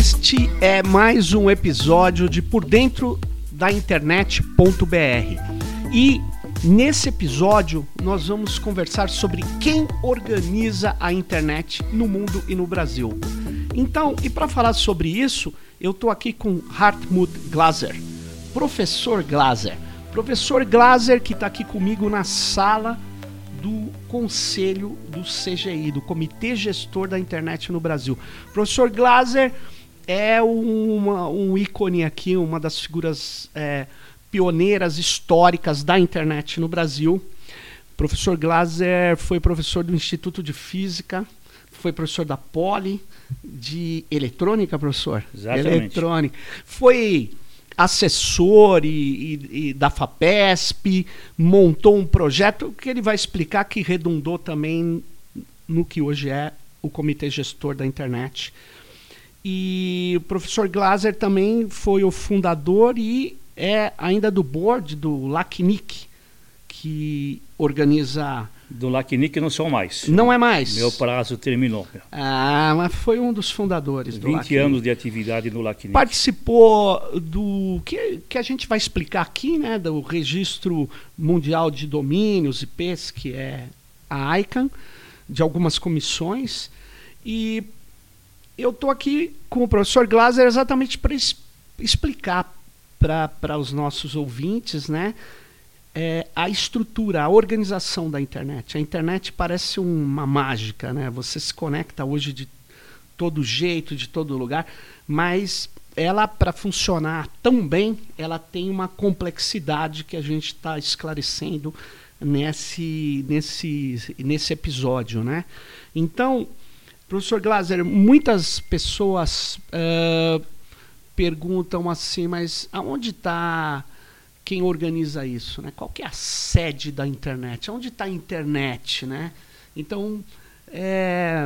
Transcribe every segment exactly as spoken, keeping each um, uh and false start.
Este é mais um episódio de Por Dentro da Internet ponto b r e nesse episódio nós vamos conversar sobre quem organiza a internet no mundo e no Brasil. Então, e para falar sobre isso, eu estou aqui com Hartmut Glaser, professor Glaser. Professor Glaser que está aqui comigo na sala do Conselho do C G I, do Comitê Gestor da Internet no Brasil. Professor Glaser é uma, um ícone aqui, uma das figuras é, pioneiras históricas da internet no Brasil. Professor Glaser foi professor do Instituto de Física, foi professor da Poli, de eletrônica, professor? Exatamente. Eletrônica. Foi assessor e, e, e da FAPESP, montou um projeto que ele vai explicar que redundou também no que hoje é o Comitê Gestor da Internet. E o professor Glaser também foi o fundador e é ainda do board do LACNIC, que organiza... Do LACNIC não sou mais. Não é mais? Meu prazo terminou. Ah, mas foi um dos fundadores do LACNIC. vinte anos de atividade no LACNIC. Participou do que, que a gente vai explicar aqui, né, do Registro Mundial de Domínios, I Ps, que é a ICANN, de algumas comissões. E eu estou aqui com o professor Glaser exatamente para es, explicar para os nossos ouvintes, né, É, a estrutura, a organização da internet. A internet parece uma mágica, né? Você se conecta hoje de todo jeito, de todo lugar, mas ela, para funcionar tão bem, ela tem uma complexidade que a gente está esclarecendo nesse, nesse, nesse episódio, né? Então, professor Glaser, muitas pessoas uh, perguntam assim, mas aonde está... quem organiza isso, né? Qual que é a sede da internet? Onde está a internet, né? Então, é,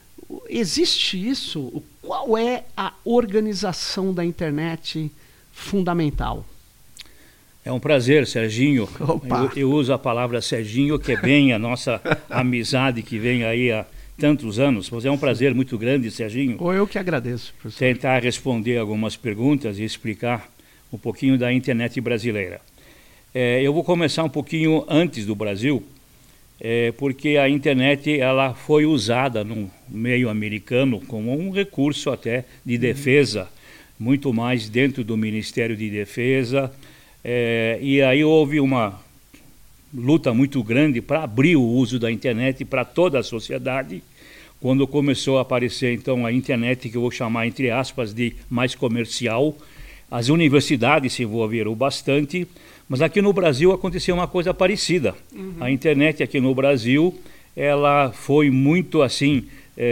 existe isso? Qual é a organização da internet fundamental? É um prazer, Serginho. Opa. Eu, eu uso a palavra Serginho, que é bem a nossa amizade que vem aí há tantos anos. Mas é um prazer muito grande, Serginho. Ou eu que agradeço, professor. Tentar responder algumas perguntas e explicar um pouquinho da internet brasileira. É, eu vou começar um pouquinho antes do Brasil, é, porque a internet ela foi usada no meio americano como um recurso até de defesa, muito mais dentro do Ministério de Defesa, é, e aí houve uma luta muito grande para abrir o uso da internet para toda a sociedade, quando começou a aparecer então a internet, que eu vou chamar entre aspas de mais comercial. As universidades se envolveram bastante, mas aqui no Brasil aconteceu uma coisa parecida. Uhum. A internet aqui no Brasil, ela foi muito assim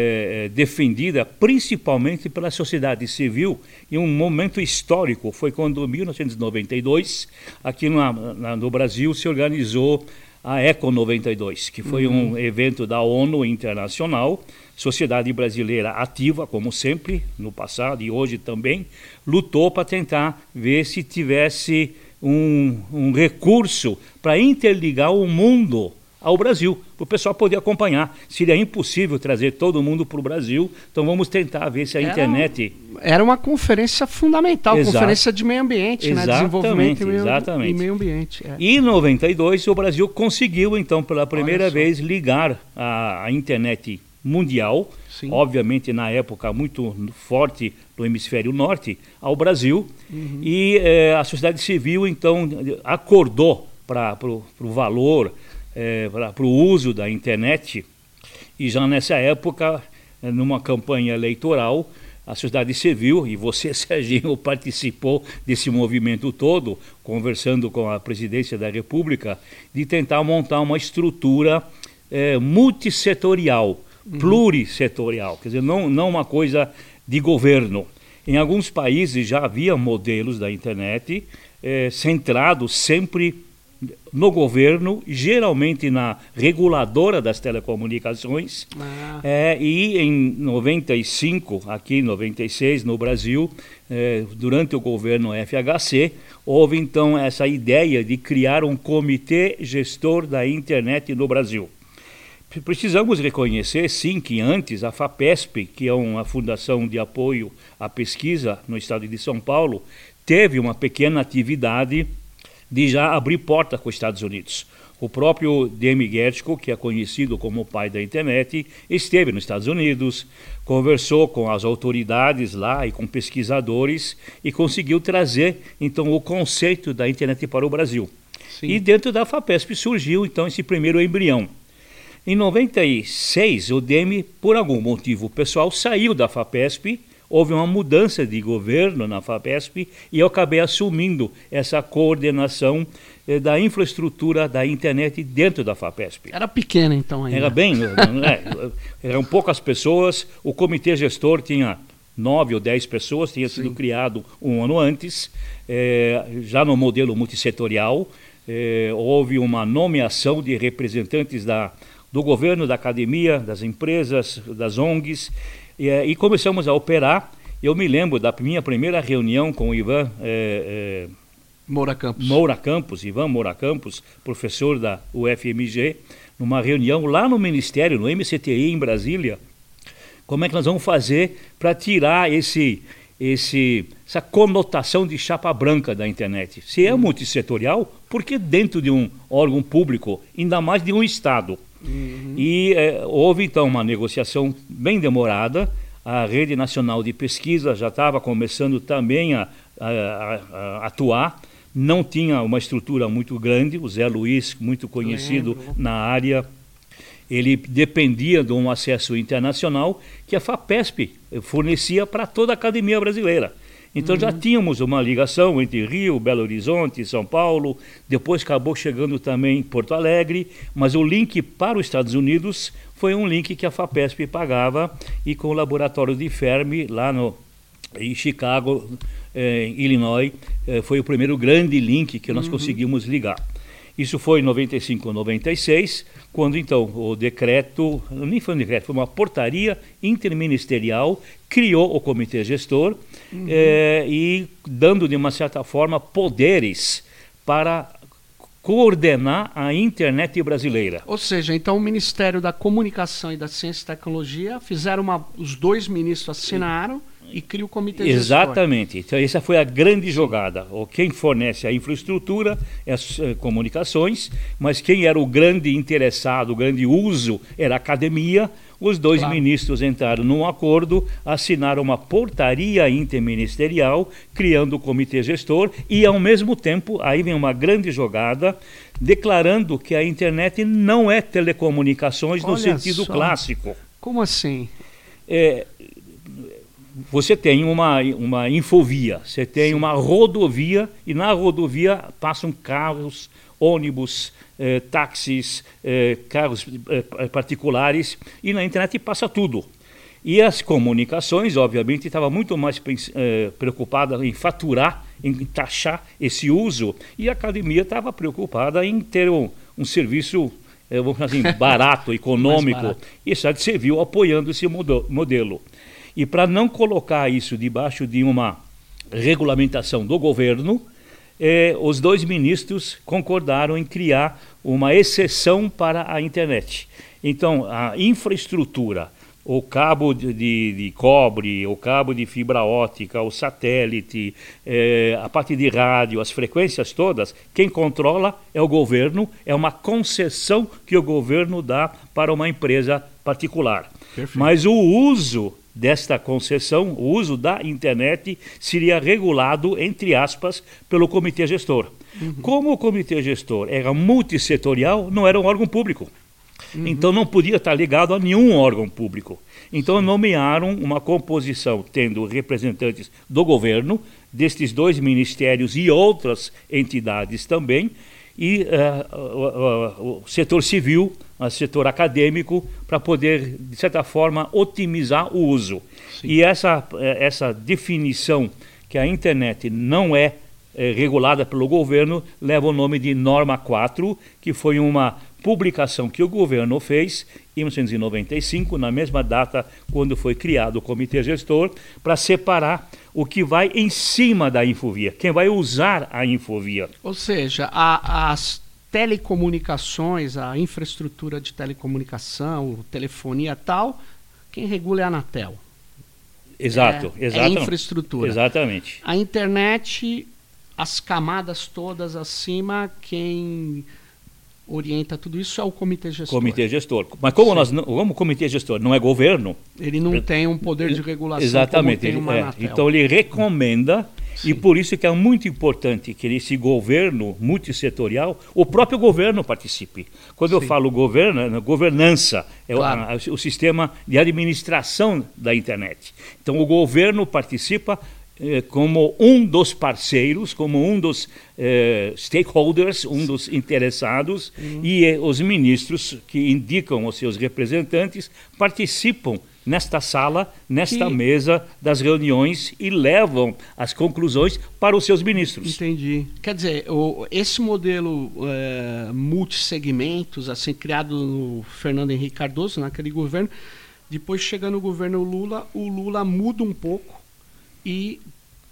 é, defendida, principalmente pela sociedade civil, em um momento histórico. Foi quando, em mil novecentos e noventa e dois, aqui na, na, no Brasil se organizou a Eco noventa e dois, que foi uhum. um evento da ONU internacional. Sociedade brasileira ativa, como sempre, no passado e hoje também, lutou para tentar ver se tivesse um, um recurso para interligar o mundo ao Brasil, para o pessoal poder acompanhar. Seria impossível trazer todo mundo para o Brasil, então vamos tentar ver se a era, internet... Era uma conferência fundamental, Exato. Conferência de meio ambiente, né? Desenvolvimento e meio, exatamente. E meio ambiente. É. E em noventa e dois o Brasil conseguiu, então, pela primeira vez, ligar a, a internet mundial, Sim. obviamente na época muito forte no hemisfério norte, ao Brasil, uhum. e eh, a sociedade civil então acordou para o valor, eh, para o uso da internet, e já nessa época, numa campanha eleitoral, a sociedade civil, e você, Serginho, participou desse movimento todo, conversando com a presidência da República, de tentar montar uma estrutura eh, multissetorial, Uhum. plurissetorial, quer dizer, não, não uma coisa de governo. Em alguns países já havia modelos da internet eh, centrados sempre no governo, geralmente na reguladora das telecomunicações, ah. eh, e em noventa e cinco, aqui em noventa e seis, no Brasil, eh, durante o governo F H C, houve então essa ideia de criar um comitê gestor da internet no Brasil. precisamos reconhecer, sim, que antes a FAPESP, que é uma fundação de apoio à pesquisa no estado de São Paulo, teve uma pequena atividade de já abrir porta com os Estados Unidos. O próprio Demi Gershko, que é conhecido como o pai da internet, esteve nos Estados Unidos, conversou com as autoridades lá e com pesquisadores e conseguiu trazer, então, o conceito da internet para o Brasil. Sim. E dentro da FAPESP surgiu, então, esse primeiro embrião. Em noventa e seis, o Demi, por algum motivo pessoal, saiu da FAPESP, houve uma mudança de governo na FAPESP e eu acabei assumindo essa coordenação eh, da infraestrutura da internet dentro da FAPESP. Era pequena então ainda. Era bem, é, eram poucas pessoas, o comitê gestor tinha nove ou dez pessoas, tinha Sim. sido criado um ano antes, eh, já no modelo multissetorial, eh, houve uma nomeação de representantes da, do governo, da academia, das empresas, das O N Gs, E, e começamos a operar. Eu me lembro da minha primeira reunião com o Ivan é, é, Moura Campos. Moura Campos, Ivan Moura Campos, professor da U F M G, numa reunião lá no Ministério, no M C T I em Brasília. Como é que nós vamos fazer para tirar esse, esse, essa conotação de chapa branca da internet? Se é multissetorial, por que dentro de um órgão público, ainda mais de um Estado? Uhum. E é, houve então uma negociação bem demorada. A Rede Nacional de Pesquisa já estava começando também a, a, a, a atuar, não tinha uma estrutura muito grande. O Zé Luiz, muito conhecido Lembro. na área, ele dependia de um acesso internacional que a FAPESP fornecia para toda a academia brasileira. Então uhum. já tínhamos uma ligação entre Rio, Belo Horizonte, São Paulo, depois acabou chegando também Porto Alegre, mas o link para os Estados Unidos foi um link que a FAPESP pagava e com o laboratório de Fermi lá no, em Chicago, eh, Illinois, eh, foi o primeiro grande link que nós uhum. conseguimos ligar. Isso foi em noventa e cinco, noventa e seis, quando então o decreto, nem foi um decreto, foi uma portaria interministerial, criou o comitê gestor uhum. eh, e dando de uma certa forma poderes para coordenar a internet brasileira. Ou seja, então o Ministério da Comunicação e da Ciência e Tecnologia fizeram uma, os dois ministros assinaram e cria o comitê gestor. Exatamente. Então essa foi a grande jogada. O quem fornece a infraestrutura é as uh, comunicações, mas quem era o grande interessado, o grande uso era a academia. Os dois claro. ministros entraram num acordo, assinaram uma portaria interministerial, criando o comitê gestor e, ao mesmo tempo, aí vem uma grande jogada, declarando que a internet não é telecomunicações Olha no sentido só. clássico. Como assim? É, você tem uma, uma infovia, você tem Sim. uma rodovia e na rodovia passam carros, ônibus, eh, táxis, eh, carros eh, particulares e na internet passa tudo. E as comunicações, obviamente, estavam muito mais eh, preocupadas em faturar, em taxar esse uso e a academia estava preocupada em ter um, um serviço eh, vamos dizer assim, barato, econômico barato. E a Estado Civil apoiando esse modelo. E para não colocar isso debaixo de uma regulamentação do governo, eh, os dois ministros concordaram em criar uma exceção para a internet. Então, a infraestrutura, o cabo de, de, de cobre, o cabo de fibra óptica, o satélite, eh, a parte de rádio, as frequências todas, quem controla é o governo, é uma concessão que o governo dá para uma empresa particular. Perfeito. Mas o uso desta concessão, o uso da internet seria regulado, entre aspas, pelo comitê gestor. Uhum. Como o comitê gestor era multissetorial, não era um órgão público. Uhum. Então não podia estar ligado a nenhum órgão público. Então nomearam uma composição tendo representantes do governo, destes dois ministérios e outras entidades também, e uh, o, o, o setor civil, o setor acadêmico, para poder, de certa forma, otimizar o uso. Sim. E essa, essa definição que a internet não é, é regulada pelo governo leva o nome de Norma quatro, que foi uma publicação que o governo fez em mil novecentos e noventa e cinco, na mesma data quando foi criado o comitê gestor, para separar o que vai em cima da infovia, quem vai usar a infovia. Ou seja, a, as telecomunicações, a infraestrutura de telecomunicação, telefonia e tal, quem regula é a Anatel. Exato, é, exatamente. É infraestrutura. Exatamente. A internet, as camadas todas acima, quem orienta tudo isso é o comitê gestor. Comitê gestor. Mas como, nós não, como o comitê gestor não é governo... Ele não tem um poder de regulação. Exatamente. Como tem uma Ele, é, então ele recomenda, sim, e por isso que é muito importante que esse governo multissetorial, o próprio governo participe. Quando, sim, eu falo governo, governança, é, claro, o, o sistema de administração da internet. Então o governo participa como um dos parceiros, como um dos eh, stakeholders, um dos interessados, uhum, e eh, os ministros que indicam os seus representantes participam nesta sala, nesta que... mesa das reuniões e levam as conclusões para os seus ministros. Entendi. Quer dizer, o, esse modelo é, multissegmentos, assim, criado no Fernando Henrique Cardoso, naquele governo, depois chega no governo Lula, o Lula muda um pouco e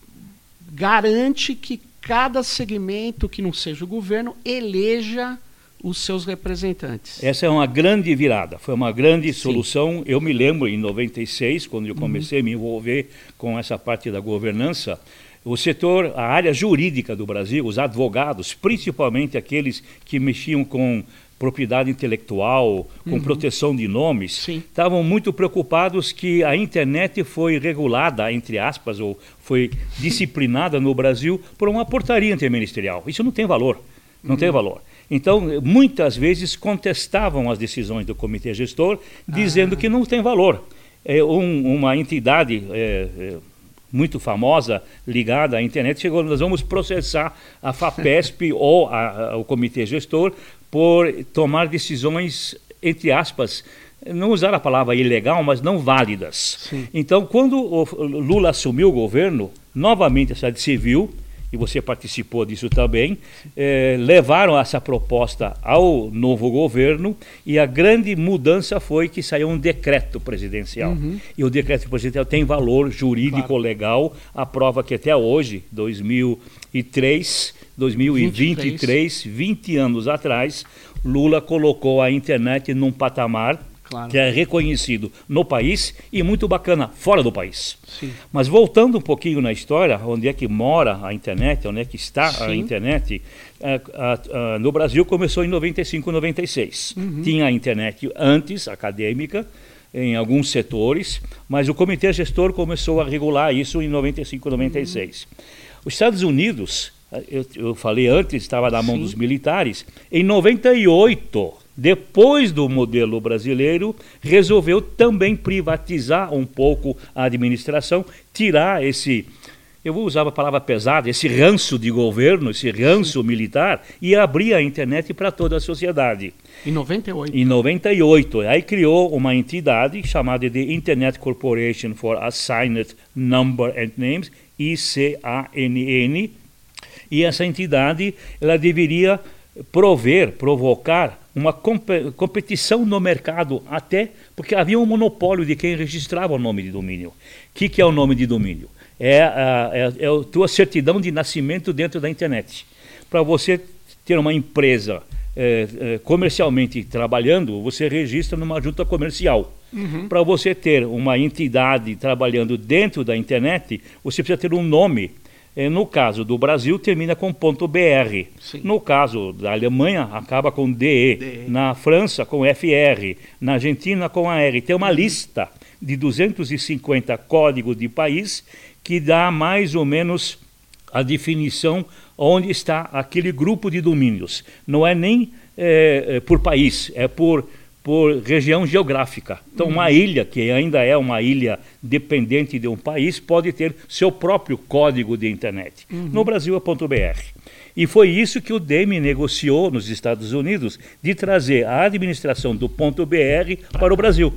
garante que cada segmento que não seja o governo eleja os seus representantes. Essa é uma grande virada, foi uma grande, sim, solução. Eu me lembro em noventa e seis, quando eu comecei, uhum, a me envolver com essa parte da governança, o setor, a área jurídica do Brasil, os advogados, principalmente aqueles que mexiam com propriedade intelectual, com, uhum, proteção de nomes, sim, estavam muito preocupados que a internet foi regulada, entre aspas, ou foi disciplinada no Brasil por uma portaria interministerial. Isso não tem valor, não, uhum, tem valor. Então, muitas vezes contestavam as decisões do comitê gestor, dizendo, ah, que não tem valor. É, um, uma entidade é, é, muito famosa, ligada à internet, chegou, nós vamos processar a FAPESP ou a, a, o comitê gestor por tomar decisões, entre aspas, não usar a palavra ilegal, mas não válidas. Sim. Então, quando o Lula assumiu o governo, novamente a sociedade civil, e você participou disso também, eh, levaram essa proposta ao novo governo e a grande mudança foi que saiu um decreto presidencial. Uhum. E o decreto presidencial tem valor jurídico, claro, legal, a prova que até hoje, dois mil e três, dois mil e vinte e três, vinte anos atrás, Lula colocou a internet num patamar, claro, que é reconhecido no país e muito bacana fora do país. Sim. Mas voltando um pouquinho na história, onde é que mora a internet, onde é que está, sim, a internet, a, a, a, no Brasil começou em noventa e cinco, noventa e seis. Uhum. Tinha a internet antes, acadêmica, em alguns setores, mas o comitê gestor começou a regular isso em noventa e cinco, noventa e seis. Uhum. Os Estados Unidos, eu, eu falei antes, estava na mão, sim, dos militares, em noventa e oito... depois do modelo brasileiro, resolveu também privatizar um pouco a administração, tirar esse, eu vou usar a palavra pesada, esse ranço de governo, esse ranço, sim, militar, e abrir a internet para toda a sociedade. Em noventa e oito? Em noventa e oito. Aí criou uma entidade chamada de Internet Corporation for Assigned Number and Names, I C A N N, e essa entidade ela deveria prover, provocar uma comp competição no mercado, até porque havia um monopólio de quem registrava o nome de domínio. O que, que é o nome de domínio? É a, é, é a tua certidão de nascimento dentro da internet. Para você ter uma empresa é, é, comercialmente trabalhando, você registra numa junta comercial. Uhum. Para você ter uma entidade trabalhando dentro da internet, você precisa ter um nome. No caso do Brasil, termina com .br. Sim. No caso da Alemanha, acaba com D E. D E. Na França, com F R. Na Argentina, com A R. Tem uma, uhum, lista de duzentos e cinquenta códigos de país que dá mais ou menos a definição onde está aquele grupo de domínios. Não é nem é, por país, é por... por região geográfica. Então, uhum, uma ilha, que ainda é uma ilha dependente de um país, pode ter seu próprio código de internet. Uhum. No Brasil é .br. E foi isso que o D E M negociou nos Estados Unidos, de trazer a administração do .br para o Brasil.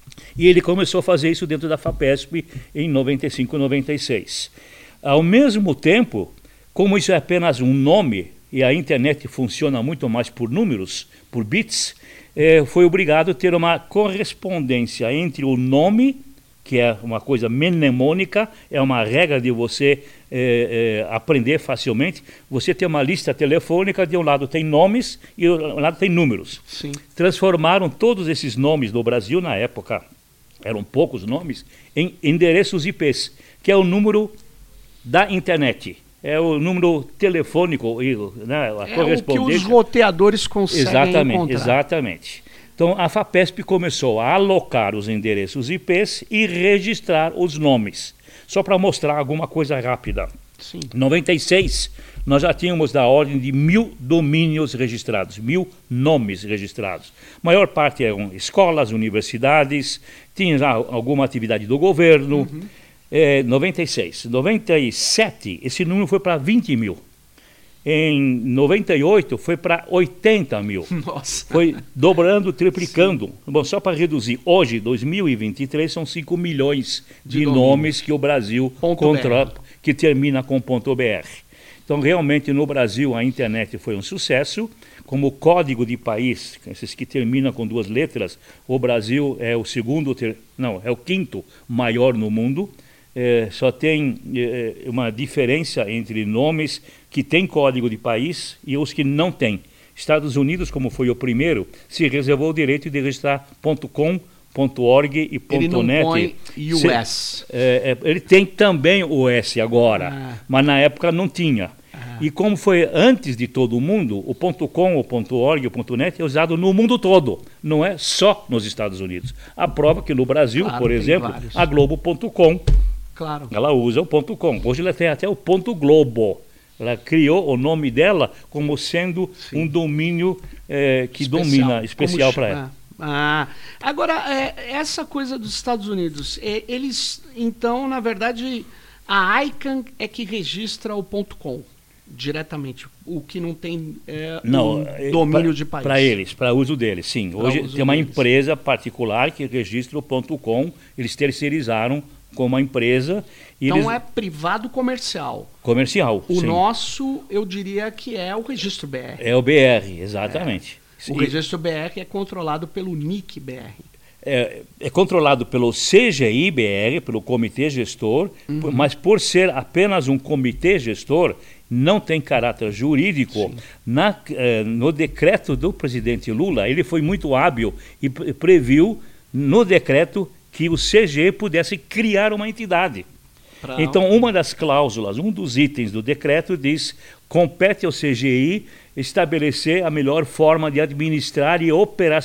E ele começou a fazer isso dentro da FAPESP em noventa e cinco, noventa e seis. Ao mesmo tempo, como isso é apenas um nome, e a internet funciona muito mais por números, por bits, Eh, foi obrigado a ter uma correspondência entre o nome que é uma coisa mnemônica, é uma regra de você é, é, aprender facilmente. Você tem uma lista telefônica, de um lado tem nomes e do outro lado tem números. Sim. Transformaram todos esses nomes do Brasil, na época eram poucos nomes, em endereços I Pês, que é o número da internet. É o número telefônico, né, a é correspondência. O que os roteadores conseguem exatamente, encontrar. Exatamente. Então, a FAPESP começou a alocar os endereços I Pês e registrar os nomes. Só para mostrar alguma coisa rápida. Sim. Em noventa e seis, nós já tínhamos da ordem de mil domínios registrados, mil nomes registrados. A maior parte eram escolas, universidades, tinha já alguma atividade do governo. Uhum. É, noventa e seis. noventa e sete, esse número foi para vinte mil. Em noventa e oito, foi para oitenta mil. Nossa. Foi dobrando, triplicando. Sim. Bom, só para reduzir, hoje, dois mil e vinte e três, são cinco milhões de, de nomes que o Brasil controla, que termina com .br. Então, realmente, no Brasil, a internet foi um sucesso. Como código de país, esses que terminam com duas letras, o Brasil é o segundo, ter, não, é o quinto maior no mundo. É, só tem é, uma diferença entre nomes que têm código de país e os que não têm. Estados Unidos, como foi o primeiro, se reservou o direito de registrar .com, .org e .net. Ele não põe U S. É, é, ele tem também o S agora, ah. mas na época não tinha. Ah. E como foi antes de todo mundo, o .com, o .org, o .net é usado no mundo todo, não é só nos Estados Unidos. A prova que no Brasil, claro, por exemplo, vários. A Globo ponto com, claro. Ela usa o .com. Hoje ela tem até o .globo. Ela criou o nome dela como sendo Sim. um domínio é, que especial. domina, especial para ela. Ah, agora, é, essa coisa dos Estados Unidos, é, eles, então, na verdade, a ICANN é que registra o .com diretamente, o que não tem é, não, um domínio pra, de país. Para eles, para uso deles, sim. Pra Hoje tem uma deles. empresa particular que registra o .com, eles terceirizaram com uma empresa. E então eles... é privado comercial. Comercial, O sim. nosso, eu diria que é o Registro B R. É o B R, exatamente. É. O Registro B R é controlado pelo N I C B R. É, é controlado pelo C G I B R, pelo Comitê Gestor, uhum. mas por ser apenas um comitê gestor, não tem caráter jurídico. Na, eh, no decreto do presidente Lula, ele foi muito hábil e previu no decreto que o C G I pudesse criar uma entidade. Pra... Então, uma das cláusulas, um dos itens do decreto diz: compete ao C G I estabelecer a melhor forma de administrar e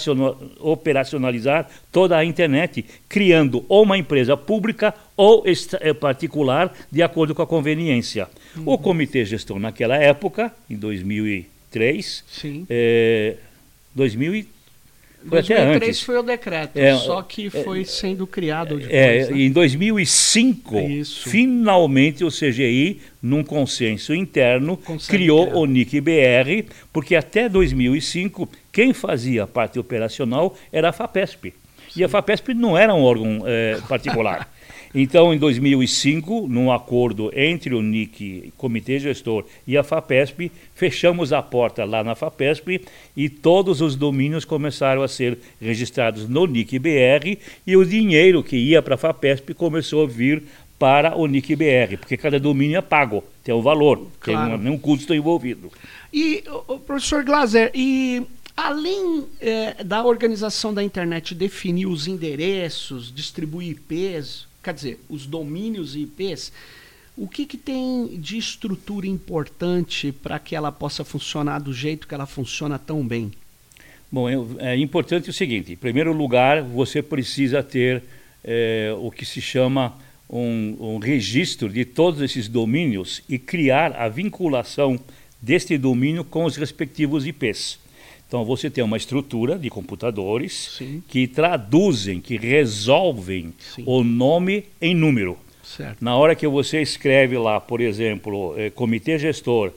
operacionalizar toda a internet, criando ou uma empresa pública ou particular, de acordo com a conveniência. Uhum. O comitê gestor, naquela época, em dois mil e três, Sim. É, dois mil e Foi dois mil e três foi o decreto, é, só que foi é, sendo criado depois. É, né? Em dois mil e cinco, Isso. finalmente o C G I, num consenso interno, Consegue criou criar. o N I C B R, porque até dois mil e cinco, quem fazia a parte operacional era a FAPESP. Sim. E a FAPESP não era um órgão é, particular. Então, em dois mil e cinco, num acordo entre o N I C, Comitê Gestor, e a FAPESP, fechamos a porta lá na FAPESP e todos os domínios começaram a ser registrados no N I C B R e o dinheiro que ia para a FAPESP começou a vir para o N I C B R, porque cada domínio é pago, tem um valor, claro. tem um, nenhum custo envolvido. E, o professor Glaser, e... além é, da organização da internet definir os endereços, distribuir I Pês, quer dizer, os domínios e I Pês, o que, que tem de estrutura importante para que ela possa funcionar do jeito que ela funciona tão bem? Bom, é, é importante o seguinte: em primeiro lugar, você precisa ter é, o que se chama um, um registro de todos esses domínios e criar a vinculação deste domínio com os respectivos I Pês. Então, você tem uma estrutura de computadores Sim. que traduzem, que resolvem Sim. o nome em número. Certo. Na hora que você escreve lá, por exemplo, eh, comitêgestor.br,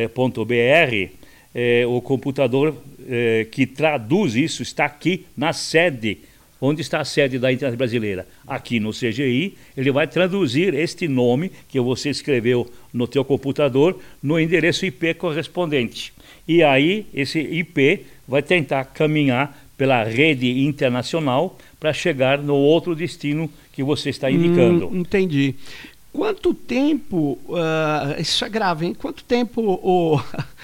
eh, eh, o computador eh, que traduz isso está aqui na sede. Onde está a sede da internet brasileira? Aqui no C G I, ele vai traduzir este nome que você escreveu no teu computador no endereço I P correspondente. E aí, esse I P vai tentar caminhar pela rede internacional para chegar no outro destino que você está indicando. Hum, entendi. Quanto tempo, uh, isso é grave, hein? Quanto tempo o,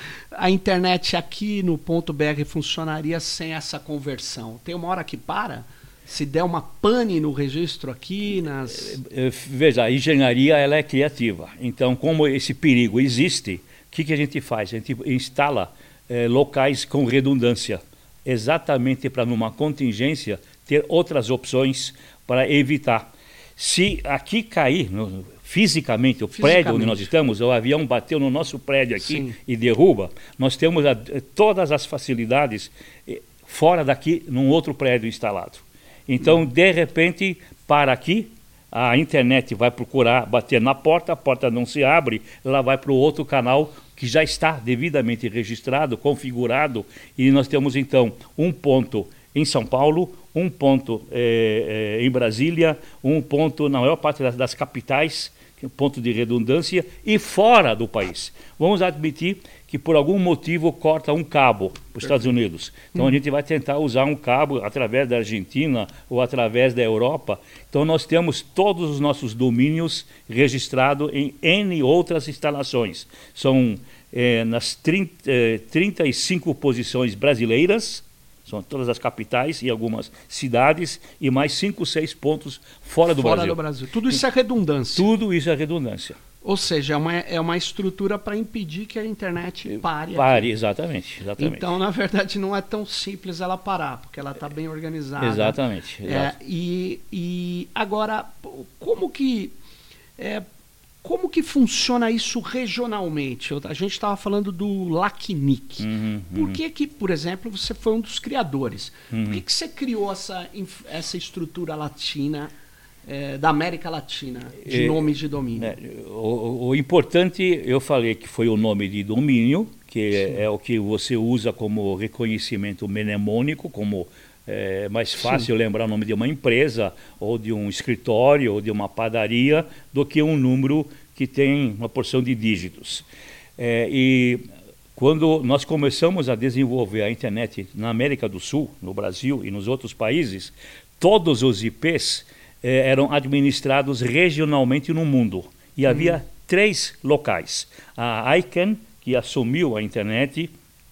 a internet aqui no ponto .br funcionaria sem essa conversão? Tem uma hora que para? Se der uma pane no registro aqui, nas... Veja, a engenharia ela é criativa. Então, como esse perigo existe, o que, que a gente faz? A gente instala eh, locais com redundância, exatamente para, numa contingência, ter outras opções para evitar. Se aqui cair, no, fisicamente, o fisicamente. prédio onde nós estamos, o avião bateu no nosso prédio aqui Sim. e derruba, nós temos a, todas as facilidades eh, fora daqui, num outro prédio instalado. Então, de repente, para aqui, a internet vai procurar bater na porta, a porta não se abre, ela vai para o outro canal que já está devidamente registrado, configurado, e nós temos, então, um ponto em São Paulo, um ponto eh, eh, em Brasília, um ponto na maior parte das, das capitais, ponto de redundância, e fora do país. Vamos admitir que por algum motivo corta um cabo para os Estados Unidos. Então hum. a gente vai tentar usar um cabo através da Argentina ou através da Europa. Então nós temos todos os nossos domínios registrados em N outras instalações. São eh, nas trinta, eh, trinta e cinco posições brasileiras, são todas as capitais e algumas cidades, e mais cinco, seis pontos fora do fora Brasil. do Brasil. Tudo isso é redundância. Tudo isso é redundância. Ou seja, é uma, é uma estrutura para impedir que a internet pare. Pare, aqui. Exatamente, exatamente. Então, na verdade, não é tão simples ela parar, porque ela está bem organizada. Exatamente. É, e, e agora, como que... É, Como que funciona isso regionalmente? A gente estava falando do LACNIC. Uhum, uhum. Por que que, por exemplo, você foi um dos criadores? Uhum. Por que que você criou essa, essa estrutura latina, é, da América Latina, de é, nomes de domínio? É, o, o importante, eu falei que foi o nome de domínio, que é, é o que você usa como reconhecimento mnemônico, como... É mais fácil Sim. lembrar o nome de uma empresa, ou de um escritório, ou de uma padaria, do que um número que tem uma porção de dígitos. É, e quando nós começamos a desenvolver a internet na América do Sul, no Brasil e nos outros países, todos os I Ps é, eram administrados regionalmente no mundo. E havia hum. três locais. A ICANN, que assumiu a internet,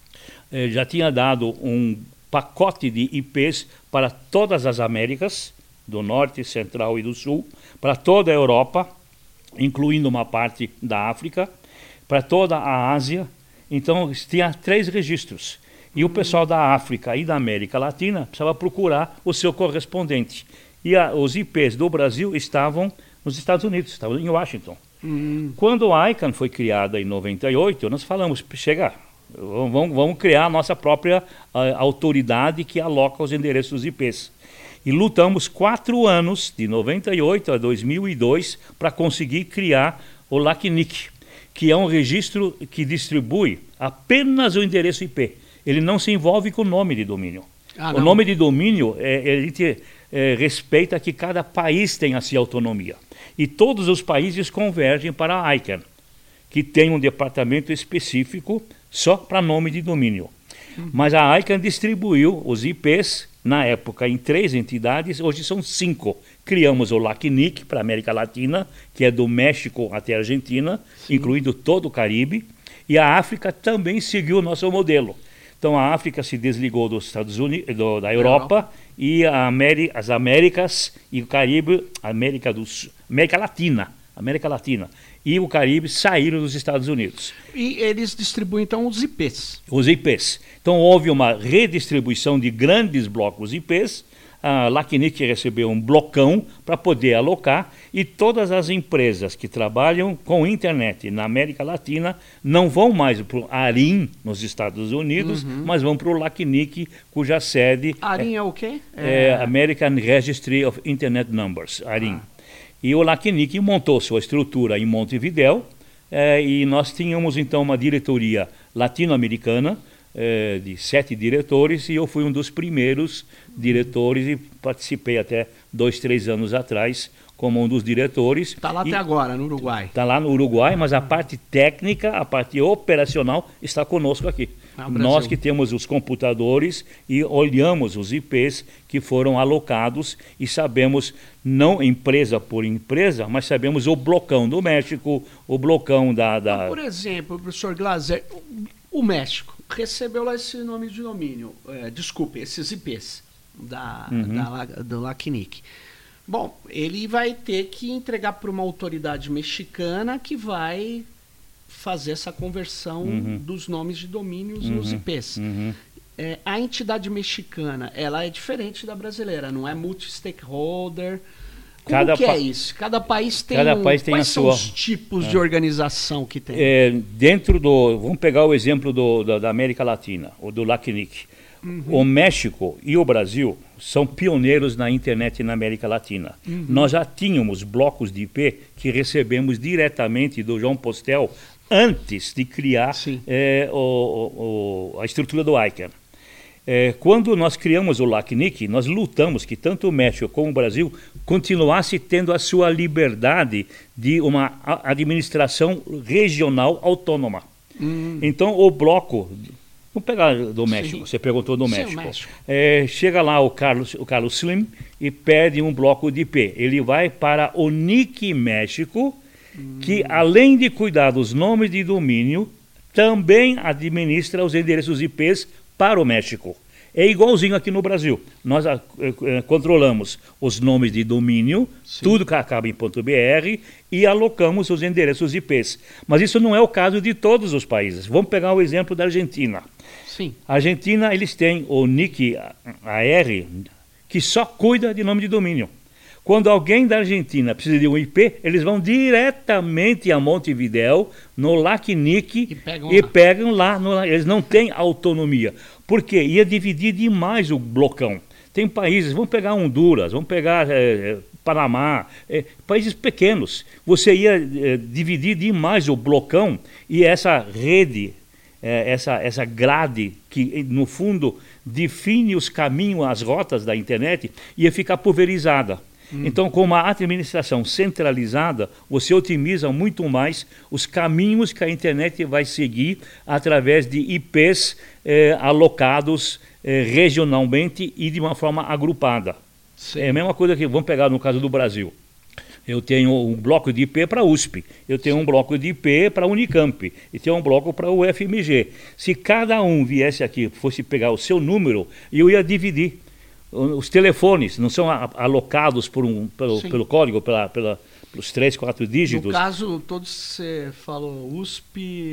é, já tinha dado um pacote de I Ps para todas as Américas, do Norte, Central e do Sul, para toda a Europa, incluindo uma parte da África, para toda a Ásia. Então, tinha três registros. E o pessoal da África e da América Latina precisava procurar o seu correspondente. E a, os I Ps do Brasil estavam nos Estados Unidos, estavam em Washington. Uhum. Quando a ICANN foi criada em noventa e oito, nós falamos, chega... Vamos, vamos criar a nossa própria a, autoridade que aloca os endereços dos I Ps. E lutamos quatro anos, de noventa e oito a dois mil e dois, para conseguir criar o LACNIC, que é um registro que distribui apenas o endereço I P. Ele não se envolve com o nome de domínio. Ah, o nome de domínio, é, a gente é, respeita que cada país tem a sua autonomia. E todos os países convergem para a ICANN, que tem um departamento específico só para nome de domínio. Uhum. Mas a ICANN distribuiu os I Ps, na época, em três entidades, hoje são cinco. Criamos o LACNIC para a América Latina, que é do México até a Argentina, Sim. incluindo todo o Caribe, e a África também seguiu o nosso modelo. Então a África se desligou dos Estados Unidos, do, da Europa, Europa. e a Ameri as Américas e o Caribe, América, do, América Latina, América Latina. E o Caribe saíram dos Estados Unidos. E eles distribuem, então, os I Ps. Os I Ps. Então, houve uma redistribuição de grandes blocos I Ps. A LACNIC recebeu um blocão para poder alocar, e todas as empresas que trabalham com internet na América Latina não vão mais para o ARIN, nos Estados Unidos, uhum. mas vão para o LACNIC, cuja sede... ARIN é, é o quê? É, é American Registry of Internet Numbers, ARIN. Ah. E o LACNIC montou sua estrutura em Montevidéu, eh, e nós tínhamos então uma diretoria latino-americana, eh, de sete diretores, e eu fui um dos primeiros diretores e participei até dois, três anos atrás como um dos diretores. Está lá até agora, no Uruguai. Está lá no Uruguai, mas a parte técnica, a parte operacional está conosco aqui. Ah, Nós que temos os computadores e olhamos os I Ps que foram alocados e sabemos, não empresa por empresa, mas sabemos o blocão do México, o blocão da... da... Mas, por exemplo, professor Glaser, o México recebeu lá esse nome de domínio, é, desculpe, esses I Ps da, Uhum. da, do LACNIC. Bom, ele vai ter que entregar para uma autoridade mexicana que vai fazer essa conversão Uhum. dos nomes de domínios Uhum. nos I Ps. Uhum. É, a entidade mexicana, ela é diferente da brasileira, não é multi-stakeholder. Como Cada que pa- é isso? Cada país tem, Cada um, país tem quais a são sua- os tipos de organização que tem? É, dentro do... Vamos pegar o exemplo do, da, da América Latina, o do LACNIC. Uhum. O México e o Brasil são pioneiros na internet na América Latina. Uhum. Nós já tínhamos blocos de I P que recebemos diretamente do João Postel antes de criar Sim. é, o, o, a estrutura do I C A N. É, quando nós criamos o LACNIC, nós lutamos que tanto o México como o Brasil continuasse tendo a sua liberdade de uma a- administração regional autônoma. Hum, Então, o bloco... Vamos pegar do México, Sim. você perguntou do Sim, o México. México. É, chega lá o Carlos, o Carlos Slim e pede um bloco de I P. Ele vai para o N I C México, que além de cuidar dos nomes de domínio, também administra os endereços I Ps para o México. É igualzinho aqui no Brasil. Nós ah, eh, eh, controlamos os nomes de domínio, Sim. tudo que acaba em .br, e alocamos os endereços I Ps. Mas isso não é o caso de todos os países. Vamos pegar o exemplo da Argentina. sim. A Argentina, eles têm o N I C A R, que só cuida de nome de domínio. Quando alguém da Argentina precisa de um I P, eles vão diretamente a Montevidéu, no LACNIC, E pegam e lá. pegam lá. No, eles não têm autonomia. Por quê? Ia dividir demais o blocão. Tem países, vamos pegar Honduras, vamos pegar eh, Panamá, eh, países pequenos. Você ia eh, dividir demais o blocão e essa rede, eh, essa, essa grade que, no fundo, define os caminhos, as rotas da internet, ia ficar pulverizada. Então, com uma administração centralizada, você otimiza muito mais os caminhos que a internet vai seguir através de I Ps eh, alocados eh, regionalmente e de uma forma agrupada. Sim. É a mesma coisa que, vamos pegar no caso do Brasil. Eu tenho um bloco de I P para a U S P, eu tenho um bloco de I P para a Unicamp, e tenho um bloco para o U F M G. Se cada um viesse aqui, fosse pegar o seu número, eu ia dividir. Os telefones não são a- alocados por um, pelo, Sim. pelo código, pela, pela, pelos três, quatro dígitos. No caso, todos você falou U S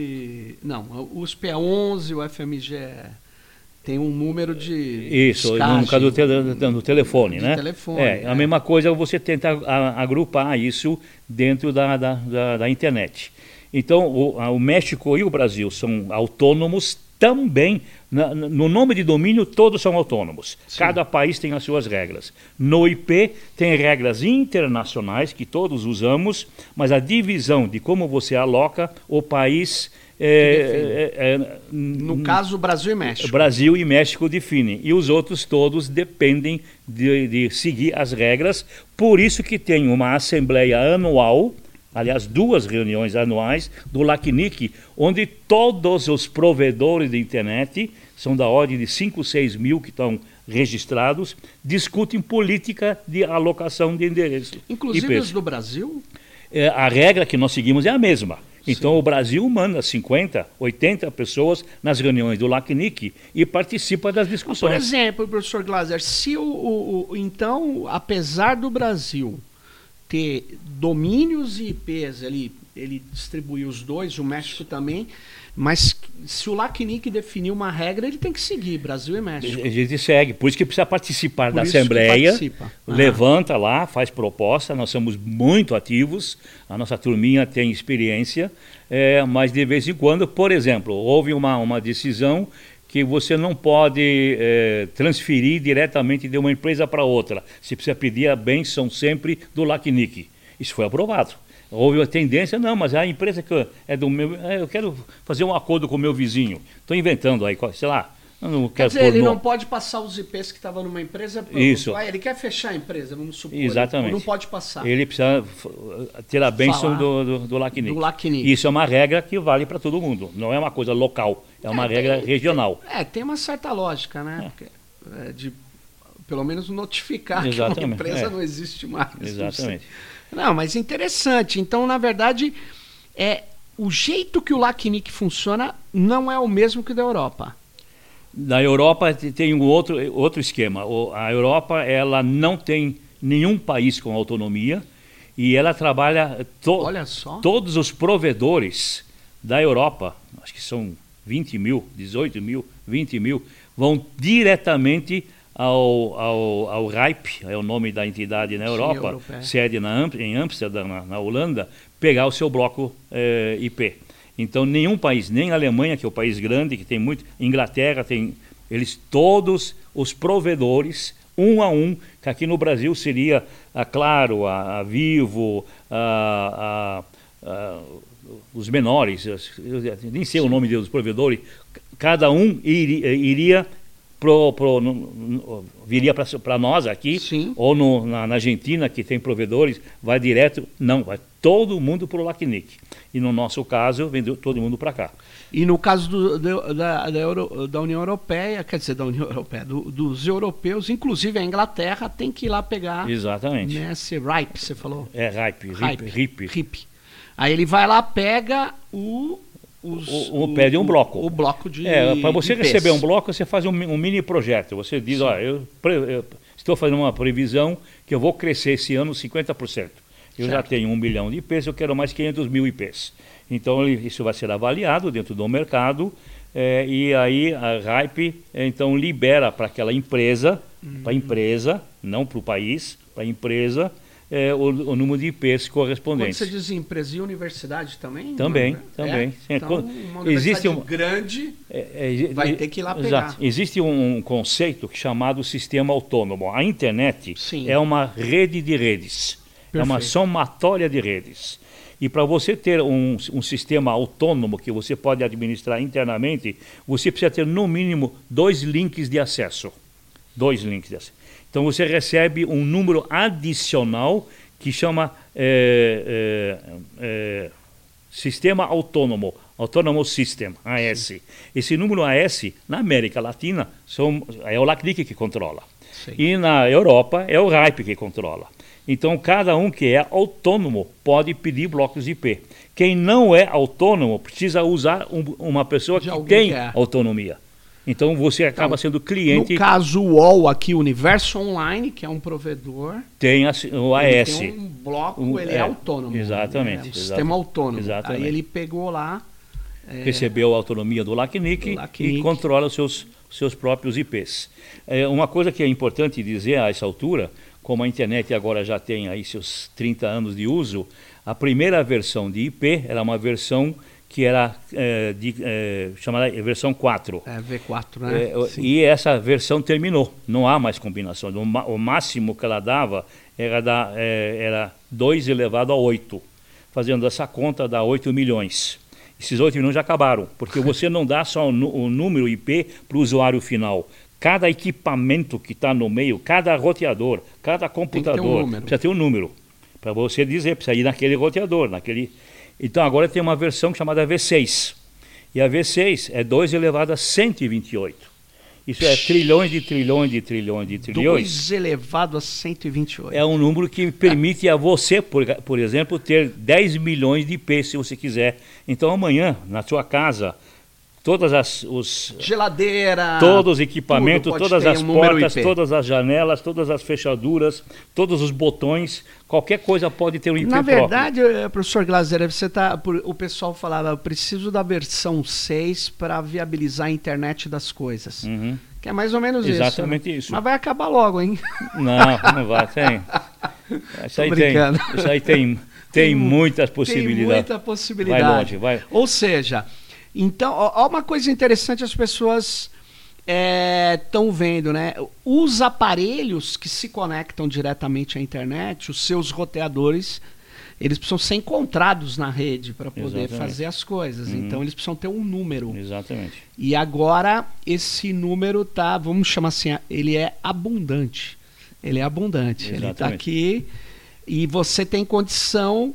P. Não, o U S P é onze, o F M G é- tem um número de. Isso, escagem, no caso do, tele, do telefone, de né? telefone, É, é. a mesma coisa você tenta a- agrupar isso dentro da, da, da, da internet. Então, o, a- o México e o Brasil são autônomos também. Na- na- no nome de domínio, todos são autônomos. Sim. Cada país tem as suas regras. No I P, tem regras internacionais que todos usamos, mas a divisão de como você aloca, o país... É, é, é, No caso, Brasil e México. Brasil e México definem. E os outros todos dependem de, de seguir as regras. Por isso que tem uma assembleia anual, aliás, duas reuniões anuais do LACNIC, onde todos os provedores de internet, são da ordem de cinco, seis mil que estão registrados, discutem política de alocação de endereço. Inclusive I Ps. os do Brasil? É, a regra que nós seguimos é a mesma. Então o Brasil manda cinquenta, oitenta pessoas nas reuniões do LACNIC e participa das Por discussões. exemplo, professor Glaser, se o, o- o- então, apesar do Brasil ter domínios e I Ps, ele, ele distribui os dois, o México também, mas se o LACNIC definir uma regra, ele tem que seguir, Brasil e México. A gente segue, por isso que precisa participar Por da isso que Assembleia, participa. Ah. levanta lá, faz proposta, nós somos muito ativos, a nossa turminha tem experiência, é, mas de vez em quando, por exemplo, houve uma, uma decisão que você não pode é, transferir diretamente de uma empresa para outra, você precisa pedir a benção sempre do LACNIC. Isso foi aprovado. Houve uma tendência, não, mas a empresa que é do meu, é, eu quero fazer um acordo com o meu vizinho. Estou inventando aí, sei lá, Eu não Quer quero dizer, pôr ele no- não pode passar os I Ps que estavam numa empresa. pro- Isso. Ah, ele quer fechar a empresa, vamos supor. Exatamente. Não pode passar. Ele precisa f- ter a bênção Falar do, do, do LACNIC. do LACNIC. Isso é uma regra que vale para todo mundo. Não é uma coisa local, é uma É, regra tem- regional. É, tem uma certa lógica, né? Porque, é, de pelo menos notificar que uma Exatamente, empresa é. não existe mais. Exatamente. Não, mas interessante. Então, na verdade, é, o jeito que o LACNIC funciona não é o mesmo que o da Europa. Na Europa te- tem um outro, outro esquema. O- A Europa ela não tem nenhum país com autonomia e ela trabalha to- Olha só. todos os provedores da Europa, acho que são vinte mil, dezoito mil, vinte mil, vão diretamente ao, ao, ao R I P, é o nome da entidade na Sim, Europa, europeia. sede na, Am- em Amsterdã, na, na Holanda, pegar o seu bloco eh, I P. Então, nenhum país, nem a Alemanha, que é o país grande, que tem muito, Inglaterra, tem eles todos os provedores, um a um, que aqui no Brasil seria a Claro, a, a Vivo, a, a, a, os menores, eu nem sei o nome dos provedores, cada um iria, iria pro, pro, no, no, viria para nós aqui, Sim. ou no, na, na Argentina, que tem provedores, vai direto, não, vai todo mundo para o LACNIC. E no nosso caso, vendeu todo mundo para cá. E no caso do, do, da, da, Euro, da União Europeia, quer dizer, da União Europeia, do, dos europeus, inclusive a Inglaterra, tem que ir lá pegar Exatamente. nesse R I P, você falou? É R I P, R I P, R I P. R I P. Aí ele vai lá, pega o... Os, O, o, pede um bloco. O, o bloco de É, para você I Ps. receber um bloco, você faz um, mi- um mini projeto. Você diz, ó, eu, pre- eu estou fazendo uma previsão que eu vou crescer esse ano cinquenta por cento. Eu já Certo. tenho um milhão de I Ps, eu quero mais quinhentos mil I Ps. Então, ele- isso vai ser avaliado dentro do mercado, eh, e aí a R I P, eh, então, libera para aquela empresa, para a empresa, não para o país, para a empresa, eh, o, o número de I Ps Quando correspondentes. você diz empresa e universidade também? Também, Mano? também. É? Sim, Então, quando- uma universidade existe um- grande... É, é, Vai é, ter que ir lá exato. pegar. Existe um, um conceito chamado sistema autônomo. A internet Sim. é uma rede de redes. É uma Perfeito. somatória de redes. E para você ter um, um sistema autônomo que você pode administrar internamente, você precisa ter no mínimo dois links de acesso. Dois links de acesso. Então você recebe um número adicional que chama é, é, é, Sistema Autônomo, Autonomous System, A S. Esse número A S, na América Latina, são, é o LACNIC que controla. Sim. E na Europa é o R I P que controla. Então, cada um que é autônomo pode pedir blocos de I P. Quem não é autônomo precisa usar um, uma pessoa De que alguém tem que é. autonomia. Então, você acaba Então, sendo cliente, No caso, o U O L aqui, Universo Online, que é um provedor, tem a, o A ele S. tem um bloco, Um- ele é, é, autônomo. exatamente, É um exato. sistema autônomo. Exatamente. Aí ele pegou lá... é, Recebeu a autonomia do LACNIC, Do LACNIC. e controla os seus, seus próprios I Ps. É, uma coisa que é importante dizer a essa altura, como a internet agora já tem aí seus trinta anos de uso, a primeira versão de I P era uma versão que era é, de, é, chamada versão quatro. É V quatro, né? É, Sim. e essa versão terminou, não há mais combinações. O, ma- o máximo que ela dava era, da, é, era dois elevado a oito. Fazendo essa conta dá oito milhões. Esses oito milhões já acabaram, porque você não dá só o, nu- o número I P para o usuário final. Cada equipamento que está no meio, cada roteador, cada computador, número. precisa ter um número. Para você dizer, precisa ir naquele roteador, naquele... Então agora tem uma versão chamada V seis. E a V seis é dois elevado a cento e vinte e oito. Isso é trilhões de trilhões de trilhões de trilhões. dois elevado a cento e vinte e oito. É um número que permite a você, por, por exemplo, ter dez milhões de I P se você quiser. Então amanhã, na sua casa, todas as os Geladeira. todos os equipamentos, tudo pode todas ter as um número portas, I P. todas as janelas, todas as fechaduras, todos os botões, qualquer coisa pode ter um I P Na próprio. verdade, eh, professor Glaser, você tá, por- o pessoal falava, eu preciso da versão seis para viabilizar a internet das coisas. Uhum. Que é mais ou menos isso. Exatamente né? isso. Mas vai acabar logo, hein? Não, não vai, tem. Isso aí tem, brincando. isso aí tem, tem muitas possibilidades. Tem muita possibilidade. Vai longe, vai. Ou seja, então, ó, ó uma coisa interessante, as pessoas estão vendo, né? Os aparelhos que se conectam diretamente à internet, os seus roteadores, eles precisam ser encontrados na rede para poder Exatamente. fazer as coisas. Uhum. Então eles precisam ter um número. Exatamente. E agora esse número tá, vamos chamar assim, ele é abundante. Ele é abundante. Exatamente. Ele está aqui e você tem condição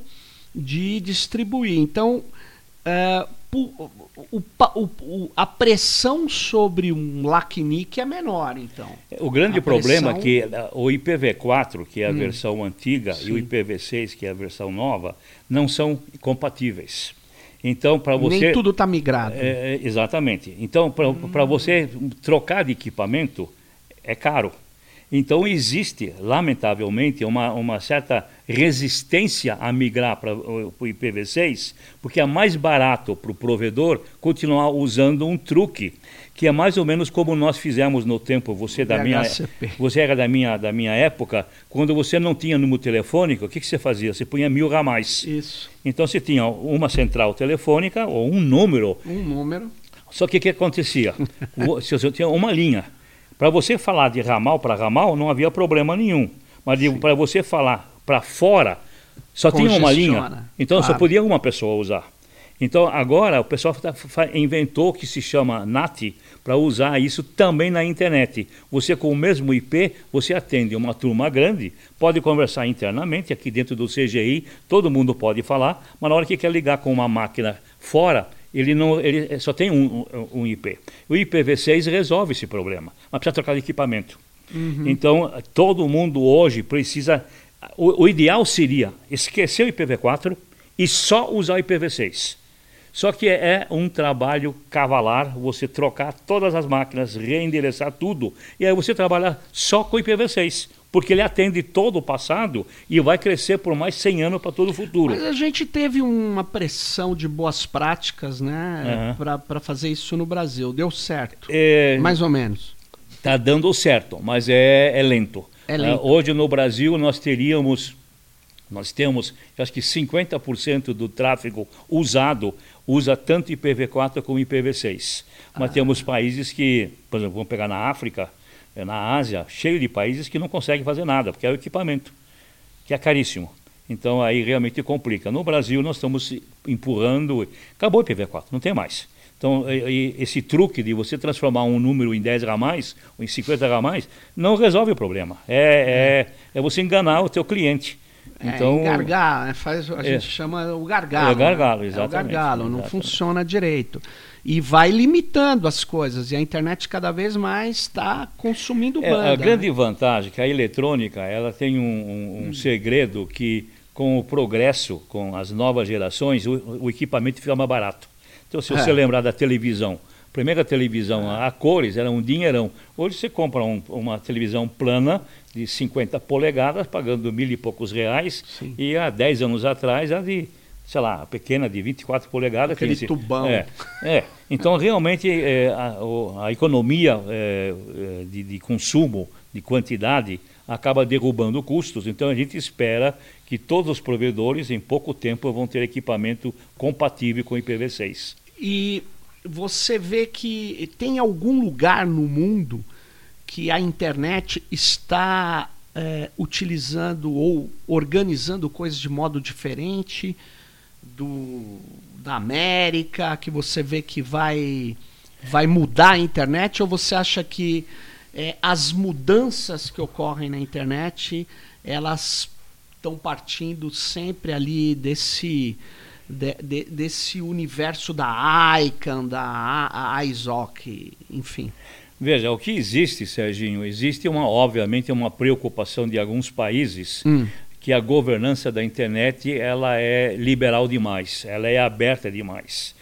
de distribuir. Então, uh, o, o, o, a pressão sobre um LACNIC é menor, então. O grande a problema pressão... é que o I P v quatro, que é a hum. versão antiga, Sim. e o I P v seis, que é a versão nova, não são compatíveis. Então, para você... Nem tudo está migrado. É, exatamente. Então, para hum. você trocar de equipamento, é caro. Então, existe, lamentavelmente, uma, uma certa resistência a migrar para o I P v seis, porque é mais barato para o provedor continuar usando um truque, que é mais ou menos como nós fizemos no tempo, você, da minha, você era da minha, da minha época, quando você não tinha número telefônico, o que, que você fazia? Você punha mil ramais. Isso. Então, você tinha uma central telefônica, ou um número. Um número. Só que o que acontecia? Você tinha uma linha. Para você falar de ramal para ramal, não havia problema nenhum. Mas para você falar para fora, só tinha uma linha. Então claro. Só podia uma pessoa usar. Então agora o pessoal inventou o que se chama N A T para usar isso também na internet. Você com o mesmo I P, você atende uma turma grande, pode conversar internamente aqui dentro do C G I, todo mundo pode falar, mas na hora que quer ligar com uma máquina fora, ele, não, ele só tem um, um, um I P. O I P v seis resolve esse problema, mas precisa trocar de equipamento. Uhum. Então, todo mundo hoje precisa... O, o ideal seria esquecer o I P v quatro e só usar o I P v seis. Só que é um trabalho cavalar, você trocar todas as máquinas, reendereçar tudo, e aí você trabalhar só com o I P v seis. Porque ele atende todo o passado e vai crescer por mais cem anos para todo o futuro. Mas a gente teve uma pressão de boas práticas, né, uhum. para fazer isso no Brasil. Deu certo, é, mais ou menos. Está dando certo, mas é, é lento. É lento. Uh, hoje no Brasil nós teríamos, nós temos, acho que cinquenta por cento do tráfego usado usa tanto I P v quatro como I P v seis. Mas ah. temos países que, por exemplo, vamos pegar na África, na Ásia, cheio de países que não conseguem fazer nada, porque é o equipamento, que é caríssimo. Então aí realmente complica. No Brasil nós estamos empurrando, acabou o I P v quatro, não tem mais. Então e, esse truque de você transformar um número em dez ramais, ou em cinquenta ramais, não resolve o problema. É, é, é você enganar o teu cliente. Então, é, engargar, né? Faz, a é, gente chama o gargalo. É o gargalo, né? exatamente. É o gargalo, não exatamente. funciona direito. E vai limitando as coisas, e a internet cada vez mais está consumindo banda. É, a grande né? vantagem é que a eletrônica ela tem um, um, um hum. segredo que, com o progresso, com as novas gerações, o, o equipamento fica mais barato. Então, se você é. lembrar da televisão, a primeira televisão a cores era um dinheirão. Hoje você compra um, uma televisão plana de cinquenta polegadas, pagando mil e poucos reais, Sim. e há dez anos atrás a de, sei lá, a pequena de vinte e quatro polegadas. Aquele que, tubão. É, é. Então, realmente, é, a, a economia é, de, de consumo, de quantidade, acaba derrubando custos. Então, a gente espera que todos os provedores, em pouco tempo, vão ter equipamento compatível com o I P v seis. E você vê que tem algum lugar no mundo que a internet está é, utilizando ou organizando coisas de modo diferente do, da América, que você vê que vai, vai mudar a internet, ou você acha que é, as mudanças que ocorrem na internet, elas estão partindo sempre ali desse... De, de, desse universo da ICANN, da I S O C, enfim. Veja, o que existe, Serginho, existe uma, obviamente uma preocupação de alguns países hum. que a governança da internet ela é liberal demais, ela é aberta demais.